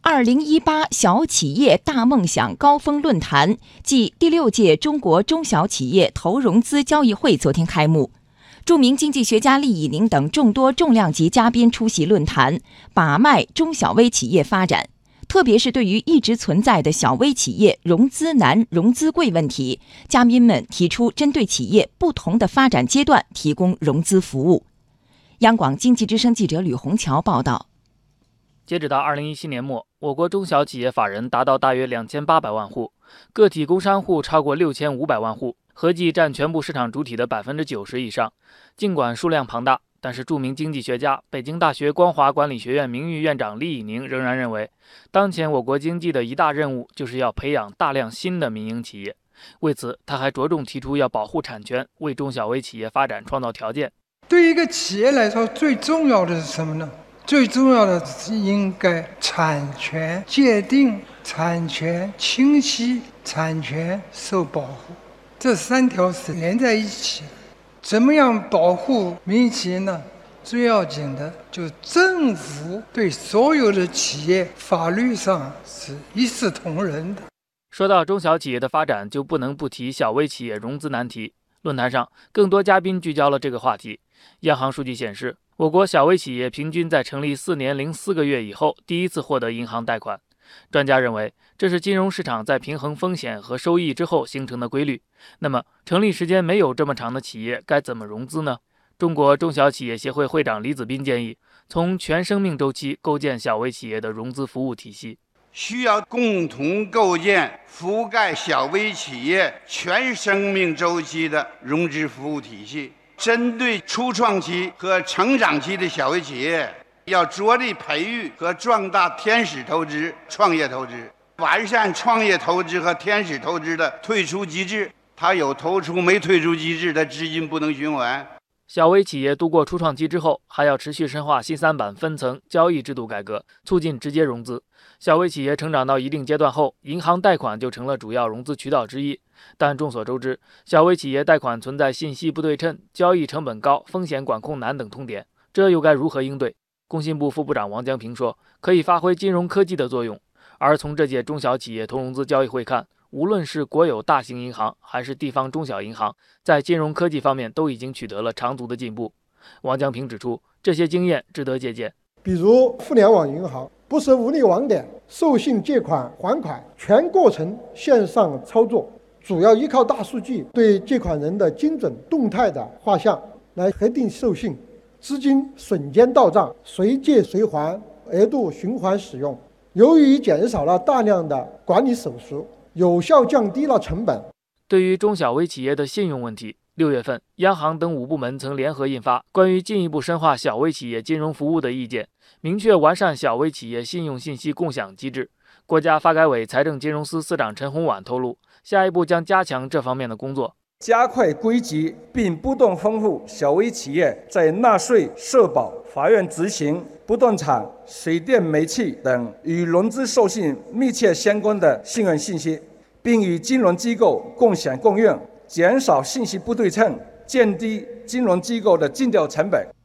2018小企业大梦想高峰论坛暨第6届中国中小企业投融资交易会昨天开幕。著名经济学家厉以宁等众多重量级嘉宾出席论坛，把脉中小微企业发展，特别是对于一直存在的小微企业融资难、融资贵问题，嘉宾们提出针对企业不同的发展阶段提供融资服务。央广经济之声记者吕红桥报道。 截止到2017年末，我国中小企业法人达到大约2800万户，个体工商户超过6500万户，合计占全部市场主体的90%以上。尽管数量庞大，但是著名经济学家、北京大学光华管理学院名誉院长厉以宁仍然认为，当前我国经济的一大任务就是要培养大量新的民营企业。为此，他还着重提出要保护产权，为中小微企业发展创造条件。 对于一个企业来说，最重要的是什么呢？最重要的是应该产权界定、产权清晰、产权受保护，这3条是连在一起的。怎么样保护民营企业呢？最要紧的就是政府对所有的企业法律上是一视同仁的。 说到中小企业的发展，就不能不提小微企业融资难题。论坛上，更多嘉宾聚焦了这个话题。央行数据显示，我国小微企业平均在成立4年零4个月以后，第一次获得银行贷款。专家认为，这是金融市场在平衡风险和收益之后形成的规律。那么，成立时间没有这么长的企业该怎么融资呢？中国中小企业协会会长李子斌建议，从全生命周期构建小微企业的融资服务体系。 需要共同构建覆盖小微企业全生命周期的融资服务体系。针对初创期和成长期的小微企业，要着力培育和壮大天使投资、创业投资，完善创业投资和天使投资的退出机制。它有投出没退出机制，它资金不能循环。 小微企业度过初创期之后，还要持续深化新3板分层交易制度改革，促进直接融资。小微企业成长到一定阶段后，银行贷款就成了主要融资渠道之一。但众所周知，小微企业贷款存在信息不对称、交易成本高、风险管控难等痛点，这又该如何应对？工信部副部长王江平说，可以发挥金融科技的作用。而从这届中小企业投融资交易会看，无论是国有大型银行还是地方中小银行，在金融科技方面都已经取得了长足的进步。王江平指出，这些经验值得借鉴。 比如互联网银行不设物理网点，授信、借款、还款全过程线上操作，主要依靠大数据对借款人的精准动态的画像来核定授信，资金瞬间到账，随借随还，额度循环使用。由于减少了大量的管理手续，有效降低了成本。 对于中小微企业的信用问题，6月份，央行等5部门曾联合印发关于进一步深化小微企业金融服务的意见，明确完善小微企业信用信息共享机制。国家发改委财政金融司司长陈洪婉透露，下一步将加强这方面的工作， 加快归集并不断丰富小微企业在纳税、社保、法院执行、不动产、水电煤气等与融资授信密切相关的信用信息，并与金融机构共享共用，减少信息不对称，降低金融机构的尽调成本。